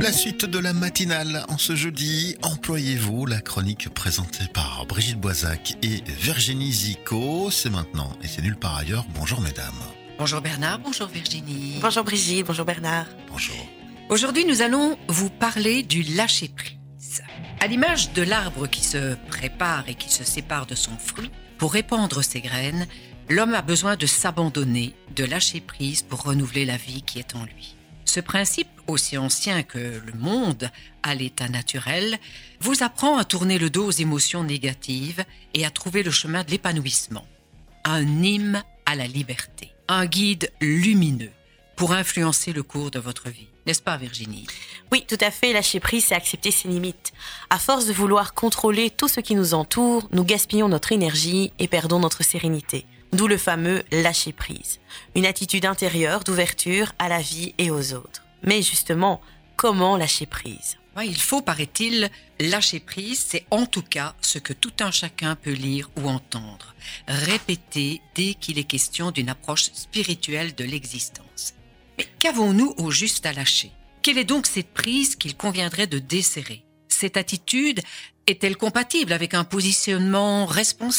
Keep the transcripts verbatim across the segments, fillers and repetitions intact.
La suite de la matinale en ce jeudi, employez-vous, la chronique présentée par Brigitte Boisac et Virginie Zico. C'est maintenant et c'est nulle part ailleurs. Bonjour mesdames. Bonjour Bernard, bonjour Virginie. Bonjour Brigitte, bonjour Bernard. Bonjour. Aujourd'hui, nous allons vous parler du lâcher-prise. À l'image de l'arbre qui se prépare et qui se sépare de son fruit, pour répandre ses graines, l'homme a besoin de s'abandonner, de lâcher prise pour renouveler la vie qui est en lui. Ce principe, aussi ancien que le monde à l'état naturel, vous apprend à tourner le dos aux émotions négatives et à trouver le chemin de l'épanouissement. Un hymne à la liberté, un guide lumineux pour influencer le cours de votre vie. N'est-ce pas Virginie ? Oui, tout à fait, lâcher prise, c'est accepter ses limites. À force de vouloir contrôler tout ce qui nous entoure, nous gaspillons notre énergie et perdons notre sérénité. D'où le fameux lâcher prise. Une attitude intérieure d'ouverture à la vie et aux autres. Mais justement, comment lâcher prise ? Oui, il faut, paraît-il, lâcher prise, c'est en tout cas ce que tout un chacun peut lire ou entendre, répéter dès qu'il est question d'une approche spirituelle de l'existence. Mais qu'avons-nous au juste à lâcher ? Quelle est donc cette prise qu'il conviendrait de desserrer ? Cette attitude est-elle compatible avec un positionnement responsable ?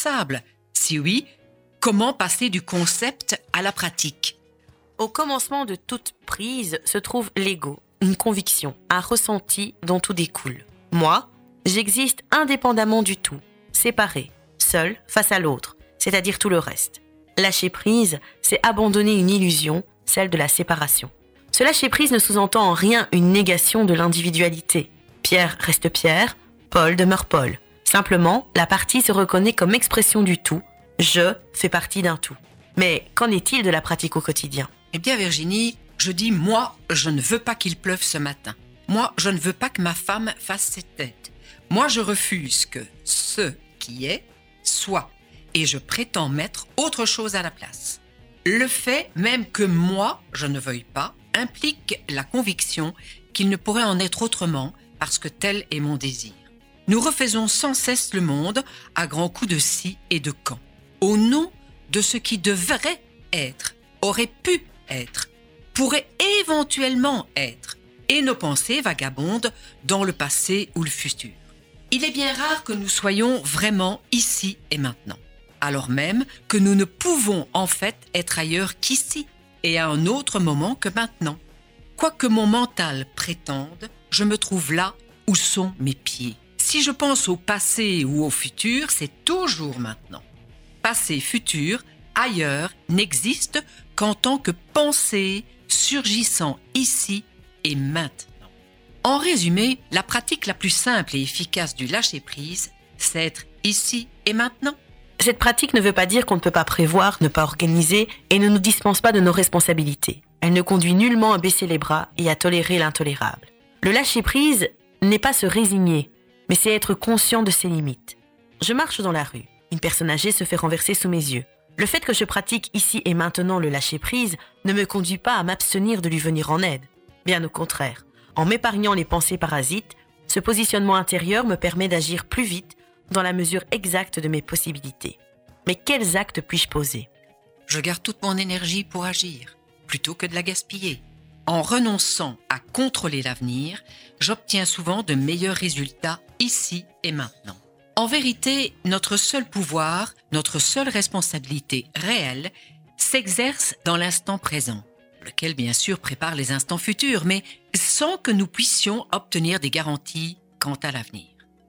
Si oui, comment passer du concept à la pratique ? Au commencement de toute prise se trouve l'ego, une conviction, un ressenti dont tout découle. Moi, j'existe indépendamment du tout, séparé, seul face à l'autre, c'est-à-dire tout le reste. Lâcher prise, c'est abandonner une illusion, celle de la séparation. Ce lâcher prise ne sous-entend en rien une négation de l'individualité. Pierre reste Pierre, Paul demeure Paul. Simplement, la partie se reconnaît comme expression du tout. Je fais partie d'un tout. Mais qu'en est-il de la pratique au quotidien ? Eh bien Virginie, je dis moi, je ne veux pas qu'il pleuve ce matin. Moi, je ne veux pas que ma femme fasse ses têtes. Moi, je refuse que ce qui est soit. Et je prétends mettre autre chose à la place. Le fait même que moi, je ne veuille pas, implique la conviction qu'il ne pourrait en être autrement parce que tel est mon désir. Nous refaisons sans cesse le monde à grands coups de si et de quand. Au nom de ce qui devrait être, aurait pu être, pourrait éventuellement être, et nos pensées vagabondent dans le passé ou le futur. Il est bien rare que nous soyons vraiment ici et maintenant, alors même que nous ne pouvons en fait être ailleurs qu'ici et à un autre moment que maintenant. Quoi que mon mental prétende, je me trouve là où sont mes pieds. Si je pense au passé ou au futur, c'est toujours maintenant. Passé, futur, ailleurs, n'existe qu'en tant que pensée surgissant ici et maintenant. En résumé, la pratique la plus simple et efficace du lâcher-prise, c'est être ici et maintenant. Cette pratique ne veut pas dire qu'on ne peut pas prévoir, ne pas organiser et ne nous dispense pas de nos responsabilités. Elle ne conduit nullement à baisser les bras et à tolérer l'intolérable. Le lâcher-prise n'est pas se résigner, mais c'est être conscient de ses limites. Je marche dans la rue. Une personne âgée se fait renverser sous mes yeux. Le fait que je pratique ici et maintenant le lâcher-prise ne me conduit pas à m'abstenir de lui venir en aide. Bien au contraire, en m'épargnant les pensées parasites, ce positionnement intérieur me permet d'agir plus vite dans la mesure exacte de mes possibilités. Mais quels actes puis-je poser ? Je garde toute mon énergie pour agir, plutôt que de la gaspiller. En renonçant à contrôler l'avenir, j'obtiens souvent de meilleurs résultats ici et maintenant. En vérité, notre seul pouvoir, notre seule responsabilité réelle s'exerce dans l'instant présent, lequel bien sûr prépare les instants futurs, mais sans que nous puissions obtenir des garanties quant à l'avenir.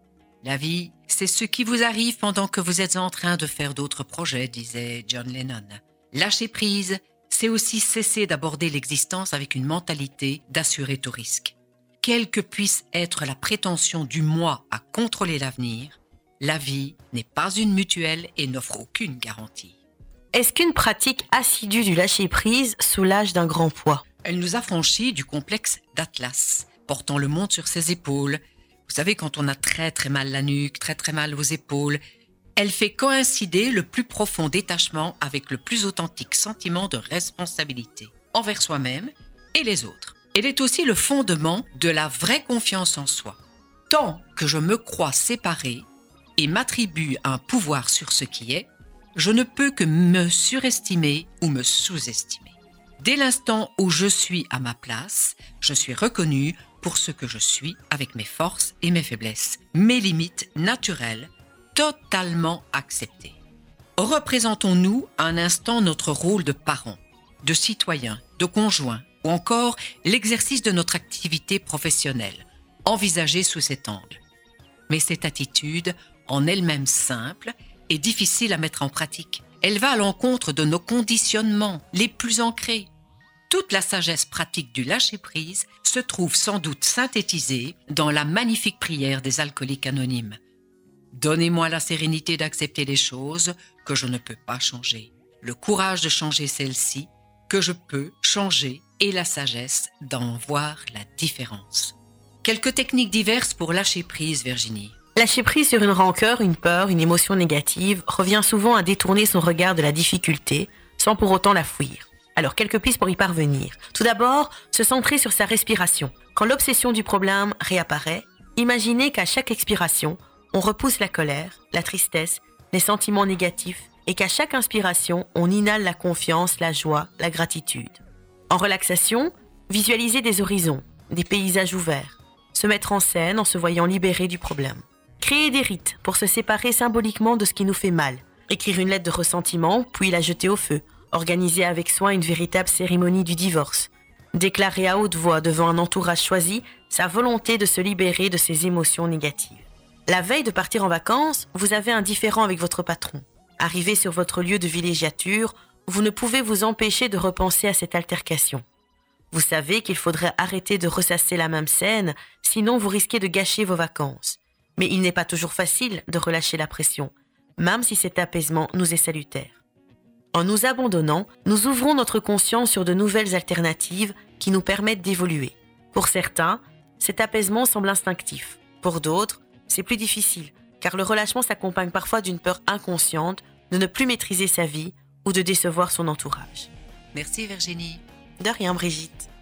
La vie, c'est ce qui vous arrive pendant que vous êtes en train de faire d'autres projets, disait John Lennon. Lâcher prise, c'est aussi cesser d'aborder l'existence avec une mentalité d'assurer tout risque. Quelle que puisse être la prétention du moi à contrôler l'avenir, la vie n'est pas une mutuelle et n'offre aucune garantie. Est-ce qu'une pratique assidue du lâcher-prise soulage d'un grand poids ? Elle nous affranchit du complexe d'Atlas, portant le monde sur ses épaules. Vous savez, quand on a très très mal la nuque, très très mal aux épaules, elle fait coïncider le plus profond détachement avec le plus authentique sentiment de responsabilité envers soi-même et les autres. Elle est aussi le fondement de la vraie confiance en soi. Tant que je me crois séparé et m'attribue un pouvoir sur ce qui est, je ne peux que me surestimer ou me sous-estimer. Dès l'instant où je suis à ma place, je suis reconnu pour ce que je suis, avec mes forces et mes faiblesses, mes limites naturelles, totalement acceptées. Représentons-nous un instant notre rôle de parent, de citoyen, de conjoint, ou encore l'exercice de notre activité professionnelle, envisagé sous cet angle. Mais cette attitude, en elle-même simple, est difficile à mettre en pratique. Elle va à l'encontre de nos conditionnements les plus ancrés. Toute la sagesse pratique du lâcher-prise se trouve sans doute synthétisée dans la magnifique prière des alcooliques anonymes. Donnez-moi la sérénité d'accepter les choses que je ne peux pas changer, le courage de changer celles-ci que je peux changer et la sagesse d'en voir la différence. Quelques techniques diverses pour lâcher prise, Virginie. Lâcher prise sur une rancœur, une peur, une émotion négative revient souvent à détourner son regard de la difficulté sans pour autant la fuir. Alors, quelques pistes pour y parvenir. Tout d'abord, se centrer sur sa respiration. Quand l'obsession du problème réapparaît, imaginez qu'à chaque expiration, on repousse la colère, la tristesse, les sentiments négatifs et qu'à chaque inspiration, on inhale la confiance, la joie, la gratitude. En relaxation, visualisez des horizons, des paysages ouverts, se mettre en scène en se voyant libéré du problème. Créer des rites pour se séparer symboliquement de ce qui nous fait mal. Écrire une lettre de ressentiment, puis la jeter au feu. Organiser avec soin une véritable cérémonie du divorce. Déclarer à haute voix devant un entourage choisi sa volonté de se libérer de ses émotions négatives. La veille de partir en vacances, vous avez un différend avec votre patron. Arrivé sur votre lieu de villégiature, vous ne pouvez vous empêcher de repenser à cette altercation. Vous savez qu'il faudrait arrêter de ressasser la même scène, sinon vous risquez de gâcher vos vacances. Mais il n'est pas toujours facile de relâcher la pression, même si cet apaisement nous est salutaire. En nous abandonnant, nous ouvrons notre conscience sur de nouvelles alternatives qui nous permettent d'évoluer. Pour certains, cet apaisement semble instinctif. Pour d'autres, c'est plus difficile, car le relâchement s'accompagne parfois d'une peur inconsciente de ne plus maîtriser sa vie ou de décevoir son entourage. Merci Virginie. De rien, Brigitte.